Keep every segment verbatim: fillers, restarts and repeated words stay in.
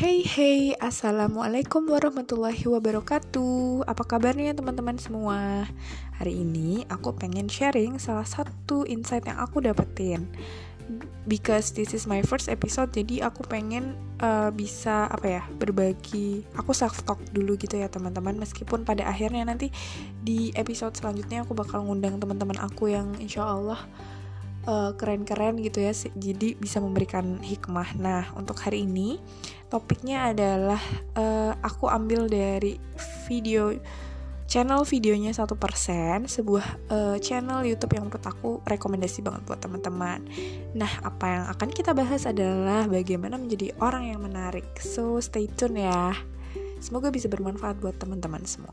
Hey hey, assalamualaikum warahmatullahi wabarakatuh. Apa kabarnya teman-teman semua? Hari ini aku pengen sharing salah satu insight yang aku dapetin. Because this is my first episode, jadi aku pengen uh, bisa apa ya berbagi. Aku self talk dulu gitu ya teman-teman. Meskipun pada akhirnya nanti di episode selanjutnya aku bakal ngundang teman-teman aku yang insya Allah Uh, keren-keren gitu ya, jadi bisa memberikan hikmah. Nah, untuk hari ini topiknya adalah uh, aku ambil dari video channel videonya satu persen, sebuah uh, channel YouTube yang menurut aku rekomendasi banget buat teman-teman. Nah, apa yang akan kita bahas adalah bagaimana menjadi orang yang menarik. So, stay tune ya. Semoga bisa bermanfaat buat teman-teman semua.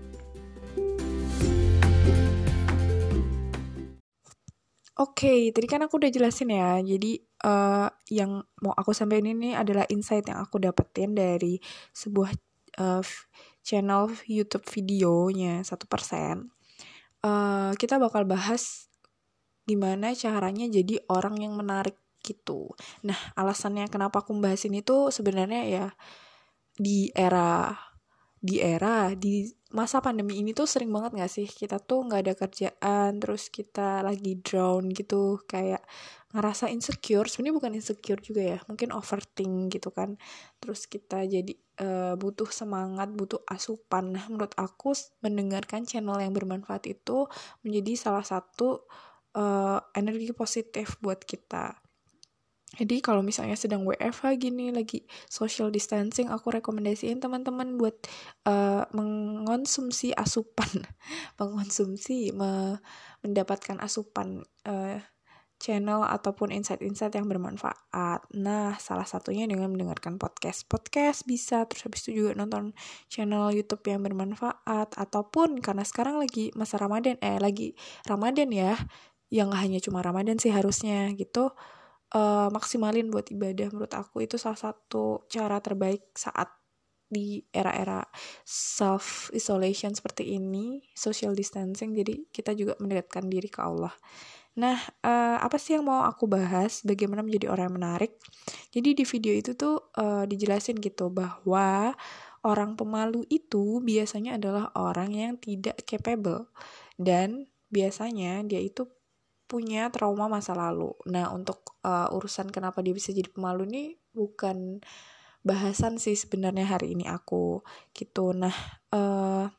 Oke, okay, tadi kan aku udah jelasin ya. Jadi uh, yang mau aku sampaikan ini adalah insight yang aku dapetin dari sebuah uh, channel YouTube videonya satu persen. Uh, kita bakal bahas gimana caranya jadi orang yang menarik gitu. Nah, alasannya kenapa aku membahas ini tuh sebenarnya ya di era di era di masa pandemi ini tuh sering banget gak sih kita tuh gak ada kerjaan, terus kita lagi down gitu, kayak ngerasa insecure. Sebenarnya bukan insecure juga ya, mungkin overthink gitu kan. Terus kita jadi uh, butuh semangat, butuh asupan. Nah, menurut aku mendengarkan channel yang bermanfaat itu menjadi salah satu uh, energi positif buat kita. Jadi kalau misalnya sedang W F H gini, lagi social distancing, aku rekomendasiin teman-teman buat uh, mengonsumsi asupan, mengonsumsi, me- mendapatkan asupan uh, channel ataupun insight-insight yang bermanfaat. Nah, salah satunya dengan mendengarkan podcast. Podcast bisa, terus habis itu juga nonton channel YouTube yang bermanfaat, ataupun karena sekarang lagi masa Ramadan, eh lagi Ramadan ya, yang gak hanya cuma Ramadan sih harusnya gitu. Uh, maksimalin buat ibadah. Menurut aku itu salah satu cara terbaik saat di era-era self-isolation seperti ini, social distancing, jadi kita juga mendekatkan diri ke Allah. Nah, uh, apa sih yang mau aku bahas, bagaimana menjadi orang yang menarik. Jadi di video itu tuh uh, dijelasin gitu bahwa orang pemalu itu biasanya adalah orang yang tidak capable, dan biasanya dia itu punya trauma masa lalu. Nah, untuk uh, urusan kenapa dia bisa jadi pemalu ini bukan bahasan sih sebenarnya hari ini aku gitu. Nah, uh,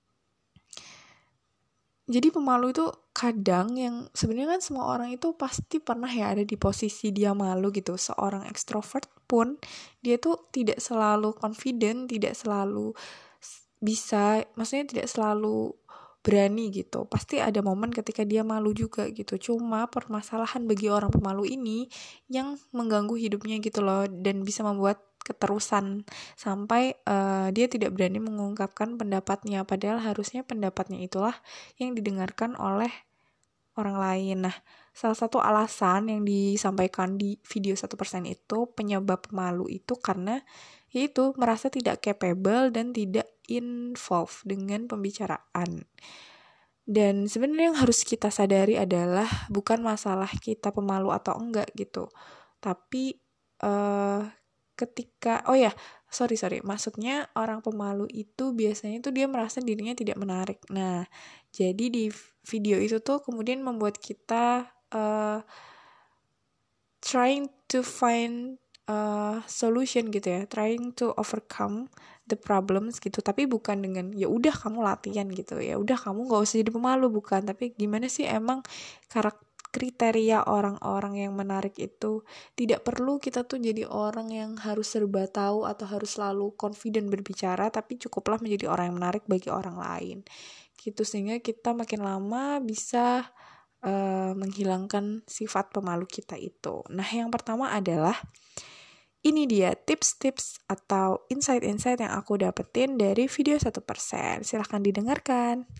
jadi pemalu itu kadang yang sebenarnya kan semua orang itu pasti pernah ya ada di posisi dia malu gitu. Seorang ekstrovert pun dia tuh tidak selalu confident, tidak selalu bisa, maksudnya tidak selalu berani gitu. Pasti ada momen ketika dia malu juga gitu. Cuma permasalahan bagi orang pemalu ini yang mengganggu hidupnya gitu loh, dan bisa membuat keterusan sampai uh, dia tidak berani mengungkapkan pendapatnya, padahal harusnya pendapatnya itulah yang didengarkan oleh orang lain. Nah, salah satu alasan yang disampaikan di video satu persen itu, penyebab pemalu itu karena yaitu merasa tidak capable dan tidak involved dengan pembicaraan. Dan sebenarnya yang harus kita sadari adalah bukan masalah kita pemalu atau enggak gitu, tapi uh, ketika oh ya sorry sorry maksudnya orang pemalu itu biasanya tuh dia merasa dirinya tidak menarik. Nah, jadi di video itu tuh kemudian membuat kita uh, trying to find uh, solution gitu ya, trying to overcome the problems gitu, tapi bukan dengan ya udah kamu latihan gitu, ya udah kamu nggak usah jadi pemalu, bukan, tapi gimana sih emang karakter kriteria orang-orang yang menarik itu. Tidak perlu kita tuh jadi orang yang harus serba tahu atau harus selalu confident berbicara, tapi cukuplah menjadi orang yang menarik bagi orang lain gitu, sehingga kita makin lama bisa uh, menghilangkan sifat pemalu kita itu. Nah, yang pertama adalah ini dia tips-tips atau insight-insight yang aku dapetin dari video satu persen. Silahkan didengarkan.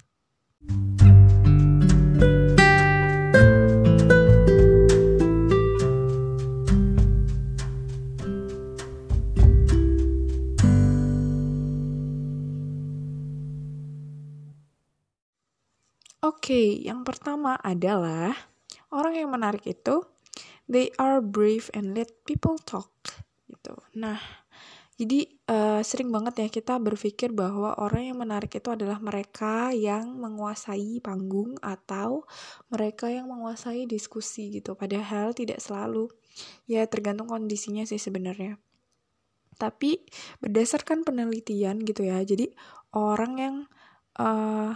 Oke, okay, yang pertama adalah orang yang menarik itu they are brave and let people talk gitu. Nah, Jadi uh, sering banget ya kita berpikir bahwa orang yang menarik itu adalah mereka yang menguasai panggung atau mereka yang menguasai diskusi gitu. Padahal tidak selalu. Ya tergantung kondisinya sih sebenarnya. Tapi berdasarkan penelitian gitu ya, jadi orang yang uh,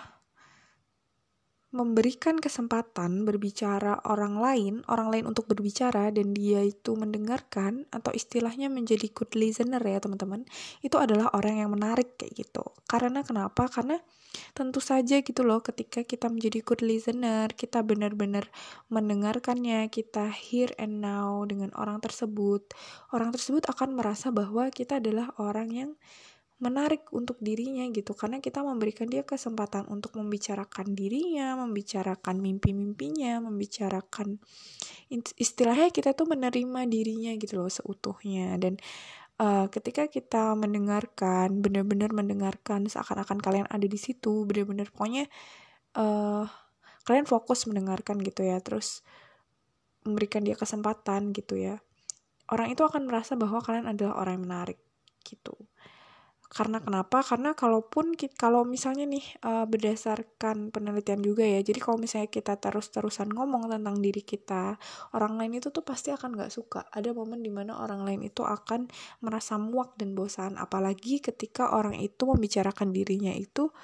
memberikan kesempatan berbicara orang lain, orang lain untuk berbicara dan dia itu mendengarkan atau istilahnya menjadi good listener ya teman-teman, itu adalah orang yang menarik kayak gitu. Karena kenapa? Karena tentu saja gitu loh, ketika kita menjadi good listener, kita benar-benar mendengarkannya, kita here and now dengan orang tersebut, orang tersebut akan merasa bahwa kita adalah orang yang menarik untuk dirinya gitu, karena kita memberikan dia kesempatan untuk membicarakan dirinya, membicarakan mimpi-mimpinya, membicarakan istilahnya kita tuh menerima dirinya gitu loh seutuhnya. Dan uh, ketika kita mendengarkan, benar-benar mendengarkan seakan-akan kalian ada di situ, benar-benar pokoknya uh, kalian fokus mendengarkan gitu ya, terus memberikan dia kesempatan gitu ya, orang itu akan merasa bahwa kalian adalah orang yang menarik gitu. Karena kenapa? Karena kalaupun kita, kalau misalnya nih uh, berdasarkan penelitian juga ya, jadi kalau misalnya kita terus-terusan ngomong tentang diri kita, orang lain itu tuh pasti akan gak suka. Ada momen dimana orang lain itu akan merasa muak dan bosan, apalagi ketika orang itu membicarakan dirinya itu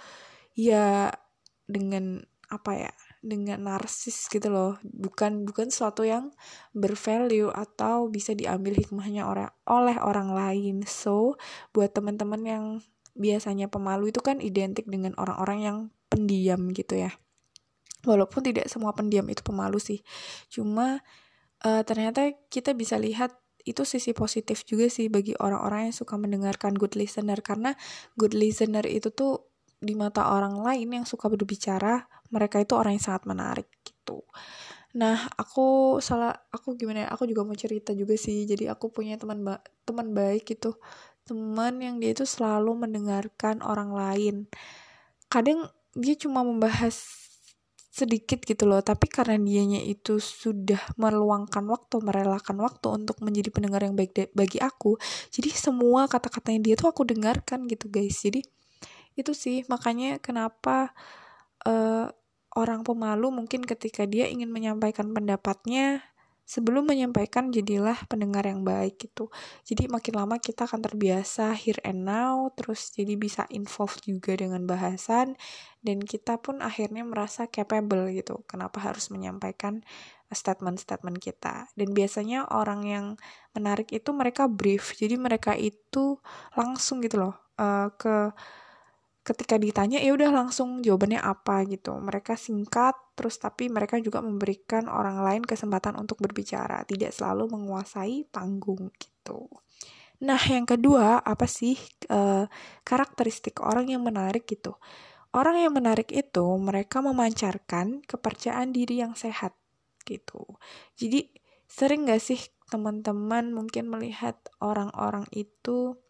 ya dengan apa ya, dengan narsis gitu loh, bukan bukan sesuatu yang bervalue atau bisa diambil hikmahnya orang oleh orang lain. So buat teman-teman yang biasanya pemalu itu kan identik dengan orang-orang yang pendiam gitu ya, walaupun tidak semua pendiam itu pemalu sih, cuma uh, ternyata kita bisa lihat itu sisi positif juga sih bagi orang-orang yang suka mendengarkan, good listener. Karena good listener itu tuh di mata orang lain yang suka berbicara, mereka itu orang yang sangat menarik gitu. Nah, aku salah aku gimana ya? Aku juga mau cerita juga sih. Jadi aku punya teman ba- teman baik gitu. Teman yang dia itu selalu mendengarkan orang lain. Kadang dia cuma membahas sedikit gitu loh, tapi karena dianya itu sudah meluangkan waktu, merelakan waktu untuk menjadi pendengar yang baik de- bagi aku. Jadi semua kata-katanya dia tuh aku dengarkan gitu, guys. Jadi itu sih makanya kenapa uh, orang pemalu mungkin ketika dia ingin menyampaikan pendapatnya, sebelum menyampaikan jadilah pendengar yang baik gitu. Jadi makin lama kita akan terbiasa here and now, terus jadi bisa involved juga dengan bahasan, dan kita pun akhirnya merasa capable gitu. Kenapa harus menyampaikan statement-statement kita. Dan biasanya orang yang menarik itu mereka brief, jadi mereka itu langsung gitu loh uh, ke ketika ditanya ya udah langsung jawabannya apa gitu. Mereka singkat, terus tapi mereka juga memberikan orang lain kesempatan untuk berbicara, tidak selalu menguasai panggung gitu. Nah, yang kedua apa sih e, karakteristik orang yang menarik gitu? Orang yang menarik itu mereka memancarkan kepercayaan diri yang sehat gitu. Jadi sering gak sih teman-teman mungkin melihat orang-orang itu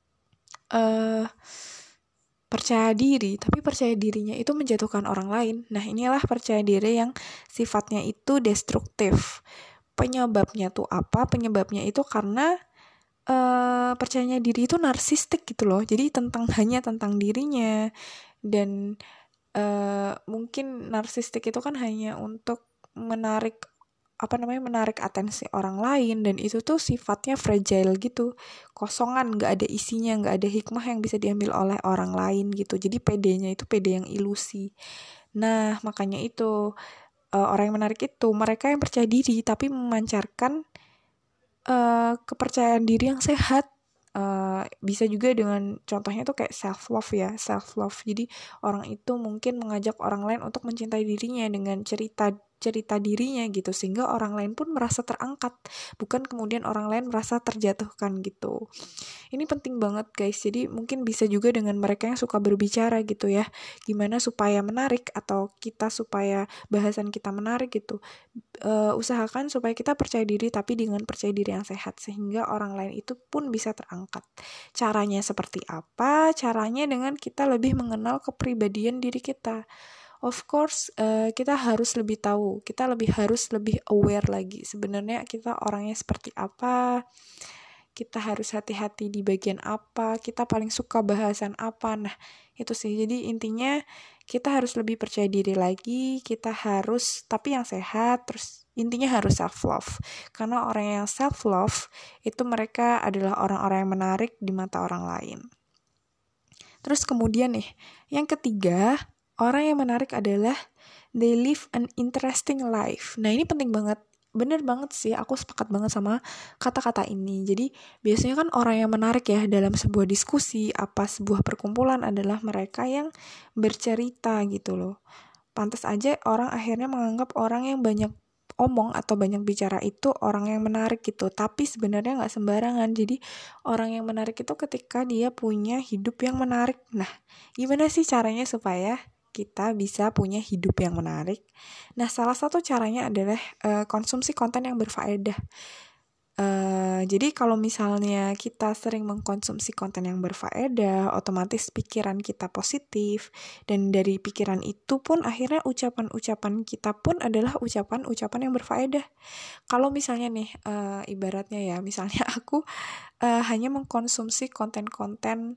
eh percaya diri, tapi percaya dirinya itu menjatuhkan orang lain. Nah, inilah percaya diri yang sifatnya itu destruktif. Penyebabnya tuh apa? Penyebabnya itu karena uh, percayanya diri itu narsistik gitu loh. Jadi tentang hanya tentang dirinya, dan uh, mungkin narsistik itu kan hanya untuk menarik apa namanya menarik atensi orang lain, dan itu tuh sifatnya fragile gitu, kosongan, nggak ada isinya, nggak ada hikmah yang bisa diambil oleh orang lain gitu. Jadi pedenya itu pede yang ilusi. Nah makanya itu uh, orang yang menarik itu mereka yang percaya diri tapi memancarkan uh, kepercayaan diri yang sehat. Uh, bisa juga dengan contohnya tuh kayak self love ya, self love. Jadi orang itu mungkin mengajak orang lain untuk mencintai dirinya dengan cerita cerita dirinya gitu, sehingga orang lain pun merasa terangkat, bukan kemudian orang lain merasa terjatuhkan gitu. Ini penting banget guys. Jadi mungkin bisa juga dengan mereka yang suka berbicara gitu ya, gimana supaya menarik atau kita supaya bahasan kita menarik gitu. Uh, usahakan supaya kita percaya diri tapi dengan percaya diri yang sehat, sehingga orang lain itu pun bisa terangkat. Caranya seperti apa? Caranya dengan kita lebih mengenal kepribadian diri kita. Of course, uh, kita harus lebih tahu, kita lebih harus lebih aware lagi sebenarnya kita orangnya seperti apa. kita harus hati-hati di bagian apa, kita paling suka bahasan apa. Nah, itu sih. Jadi intinya kita harus lebih percaya diri lagi, kita harus, tapi yang sehat, terus intinya harus self-love. Karena orang yang self-love, itu mereka adalah orang-orang yang menarik di mata orang lain. Terus kemudian nih, yang ketiga, orang yang menarik adalah they live an interesting life. Nah, ini penting banget. Bener banget sih, aku sepakat banget sama kata-kata ini. Jadi, biasanya kan orang yang menarik ya dalam sebuah diskusi, apa sebuah perkumpulan adalah mereka yang bercerita gitu loh. Pantas aja orang akhirnya menganggap orang yang banyak omong atau banyak bicara itu orang yang menarik gitu, tapi sebenarnya nggak sembarangan. Jadi orang yang menarik itu ketika dia punya hidup yang menarik. Nah, gimana sih caranya supaya kita bisa punya hidup yang menarik? Nah, salah satu caranya adalah uh, konsumsi konten yang berfaedah. Uh, jadi kalau misalnya kita sering mengkonsumsi konten yang berfaedah, otomatis pikiran kita positif, dan dari pikiran itu pun akhirnya ucapan-ucapan kita pun adalah ucapan-ucapan yang berfaedah. Kalau misalnya nih, uh, ibaratnya ya, misalnya aku uh, hanya mengkonsumsi konten-konten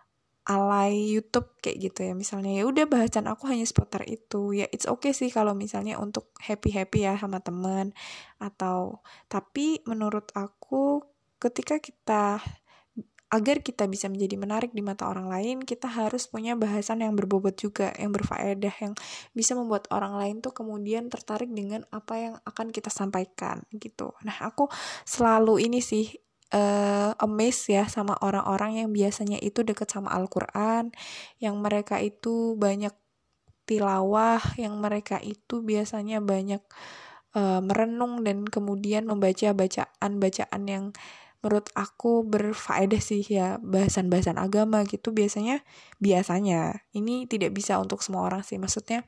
alay YouTube kayak gitu ya, misalnya ya udah bahasan aku hanya seputar itu, ya it's okay sih kalau misalnya untuk happy happy ya sama teman atau, tapi menurut aku ketika kita agar kita bisa menjadi menarik di mata orang lain, kita harus punya bahasan yang berbobot juga, yang berfaedah, yang bisa membuat orang lain tuh kemudian tertarik dengan apa yang akan kita sampaikan gitu. Nah, aku selalu ini sih Uh, amazed ya sama orang-orang yang biasanya itu dekat sama Al-Quran, yang mereka itu banyak tilawah, yang mereka itu biasanya banyak uh, merenung dan kemudian membaca bacaan-bacaan yang menurut aku berfaedah sih ya, bahasan-bahasan agama gitu. Biasanya, biasanya ini tidak bisa untuk semua orang sih, maksudnya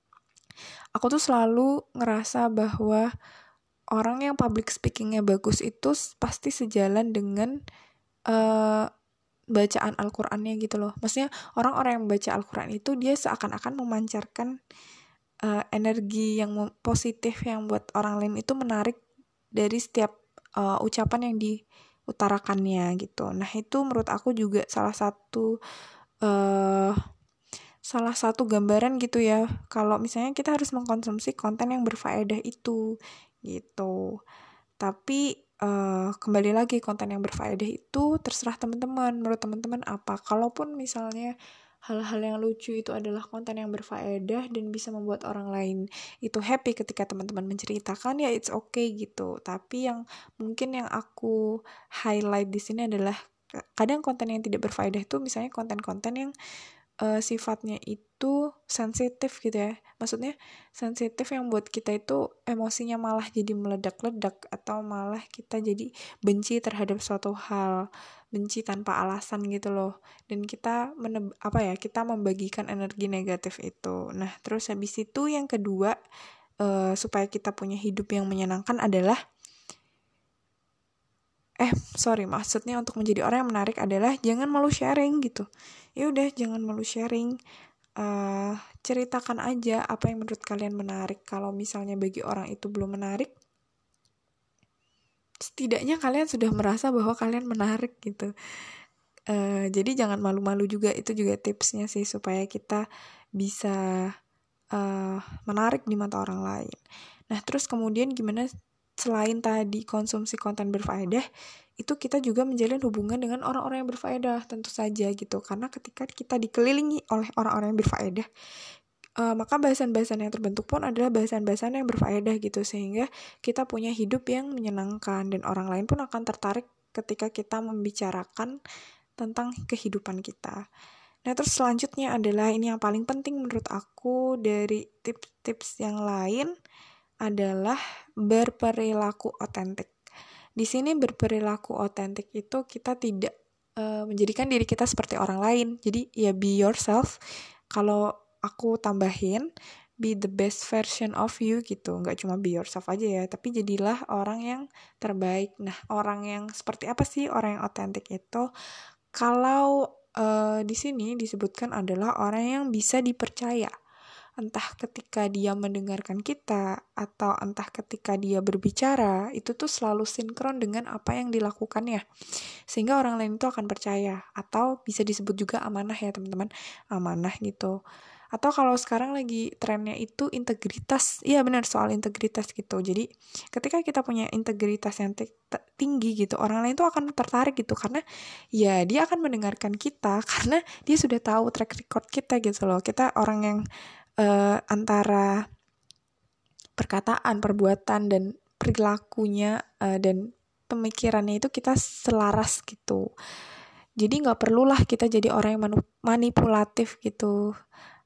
aku tuh selalu ngerasa bahwa orang yang public speakingnya bagus itu pasti sejalan dengan uh, bacaan Al-Qurannya gitu loh. Maksudnya orang-orang yang membaca Al-Quran itu dia seakan-akan memancarkan uh, energi yang positif yang buat orang lain itu menarik dari setiap uh, ucapan yang diutarakannya gitu. Nah, itu menurut aku juga salah satu uh, salah satu gambaran gitu ya, kalau misalnya kita harus mengkonsumsi konten yang berfaedah itu gitu. Tapi uh, kembali lagi, konten yang berfaedah itu terserah teman-teman. Menurut teman-teman apa? Kalaupun misalnya hal-hal yang lucu itu adalah konten yang berfaedah dan bisa membuat orang lain itu happy ketika teman-teman menceritakan, ya it's okay gitu. Tapi yang mungkin yang aku highlight di sini adalah kadang konten yang tidak berfaedah itu misalnya konten-konten yang uh, sifatnya itu sensitif gitu ya. Maksudnya sensitif yang buat kita itu emosinya malah jadi meledak-ledak, atau malah kita jadi benci terhadap suatu hal, benci tanpa alasan gitu loh. Dan kita meneb- apa ya, kita membagikan energi negatif itu. Nah, terus habis itu yang kedua, uh, supaya kita punya hidup yang menyenangkan adalah eh sorry maksudnya untuk menjadi orang yang menarik adalah jangan malu sharing gitu. Ya udah, jangan malu sharing. Uh, ceritakan aja apa yang menurut kalian menarik. Kalau misalnya bagi orang itu belum menarik, setidaknya kalian sudah merasa bahwa kalian menarik gitu. Uh, jadi jangan malu-malu juga, itu juga tipsnya sih supaya kita bisa uh, menarik di mata orang lain. Nah, terus kemudian gimana selain tadi konsumsi konten berfaedah, itu kita juga menjalin hubungan dengan orang-orang yang berfaedah tentu saja gitu. Karena ketika kita dikelilingi oleh orang-orang yang berfaedah, uh, maka bahasan-bahasan yang terbentuk pun adalah bahasan-bahasan yang berfaedah gitu, sehingga kita punya hidup yang menyenangkan dan orang lain pun akan tertarik ketika kita membicarakan tentang kehidupan kita. Nah, terus selanjutnya adalah ini yang paling penting menurut aku dari tips-tips yang lain adalah berperilaku otentik. Di sini berperilaku otentik itu kita tidak uh, menjadikan diri kita seperti orang lain. Jadi ya be yourself. Kalau aku tambahin, be the best version of you gitu. Nggak cuma be yourself aja ya, tapi jadilah orang yang terbaik. Nah, orang yang seperti apa sih orang yang otentik itu? Kalau uh, di sini disebutkan adalah orang yang bisa dipercaya. entah ketika dia mendengarkan kita atau entah ketika dia berbicara, itu tuh selalu sinkron dengan apa yang dilakukannya, sehingga orang lain itu akan percaya, atau bisa disebut juga amanah ya teman-teman, amanah gitu. Atau kalau sekarang lagi trennya itu integritas, iya benar, soal integritas gitu. Jadi ketika kita punya integritas yang t- t- tinggi gitu, orang lain tuh akan tertarik gitu, karena ya dia akan mendengarkan kita karena dia sudah tahu track record kita gitu loh. Kita orang yang uh, antara perkataan, perbuatan, dan perilakunya uh, dan pemikirannya itu kita selaras gitu. Jadi nggak perlulah kita jadi orang yang manu- manipulatif gitu.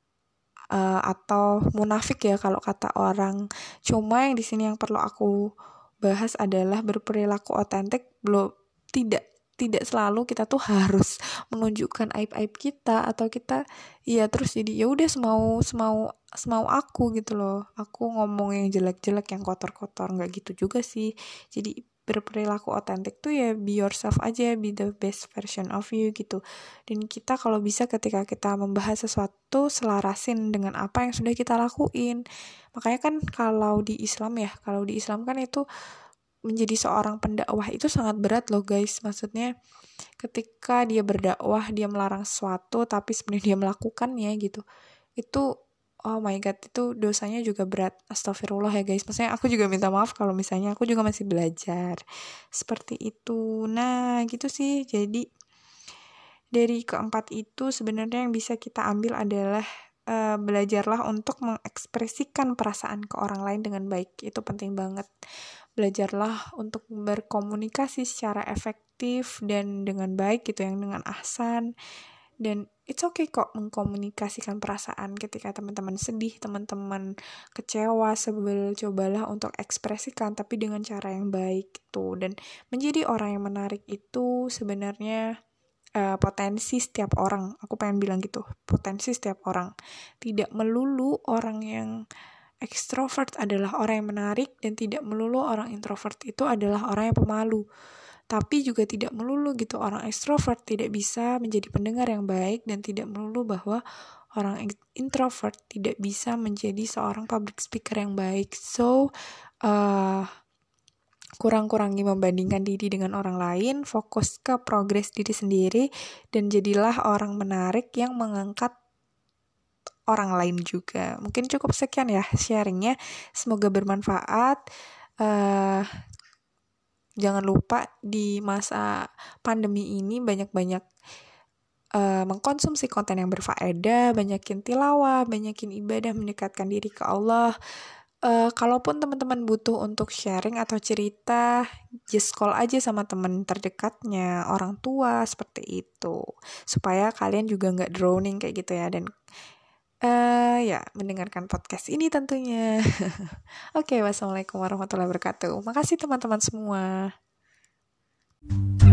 Uh, atau munafik ya kalau kata orang. Cuma yang di sini yang perlu aku bahas adalah berperilaku otentik. Belum, tidak tidak selalu kita tuh harus menunjukkan aib-aib kita, atau kita ya terus jadi ya udah semau semau semau aku gitu loh. Aku ngomong yang jelek-jelek, yang kotor-kotor, nggak gitu juga sih. Jadi berperilaku otentik tuh ya be yourself aja, be the best version of you gitu. Dan kita kalau bisa ketika kita membahas sesuatu selarasin dengan apa yang sudah kita lakuin. Makanya kan kalau di Islam ya, kalau di Islam kan itu menjadi seorang pendakwah itu sangat berat loh guys. Maksudnya ketika dia berdakwah, dia melarang sesuatu tapi sebenarnya dia melakukannya gitu. Itu oh my god, itu dosanya juga berat. Astagfirullah ya guys. Maksudnya aku juga minta maaf kalau misalnya aku juga masih belajar. Seperti itu. Nah, gitu sih. Jadi dari keempat itu sebenarnya yang bisa kita ambil adalah uh, belajarlah untuk mengekspresikan perasaan ke orang lain dengan baik. Itu penting banget. Belajarlah untuk berkomunikasi secara efektif dan dengan baik gitu, yang dengan ahsan. Dan it's okay kok mengkomunikasikan perasaan ketika teman-teman sedih, teman-teman kecewa, sebel, cobalah untuk ekspresikan tapi dengan cara yang baik gitu. Dan menjadi orang yang menarik itu sebenarnya uh, potensi setiap orang. Aku pengen bilang gitu, potensi setiap orang. Tidak melulu orang yang ekstrovert adalah orang yang menarik, dan tidak melulu orang introvert itu adalah orang yang pemalu. Tapi juga tidak melulu gitu orang ekstrovert tidak bisa menjadi pendengar yang baik, dan tidak melulu bahwa orang introvert tidak bisa menjadi seorang public speaker yang baik. So, uh, kurang-kurangi membandingkan diri dengan orang lain, fokus ke progres diri sendiri, dan jadilah orang menarik yang mengangkat orang lain juga. Mungkin cukup sekian ya sharingnya. Semoga bermanfaat. Uh, Jangan lupa di masa pandemi ini banyak-banyak uh, mengkonsumsi konten yang berfaedah, banyakin tilawah, banyakin ibadah, mendekatkan diri ke Allah. Uh, kalaupun teman-teman butuh untuk sharing atau cerita, just call aja sama teman terdekatnya, orang tua, seperti itu. Supaya kalian juga nggak drowning kayak gitu ya, dan uh, ya mendengarkan podcast ini tentunya. Oke, okay, wassalamualaikum warahmatullahi wabarakatuh. Makasih teman-teman semua.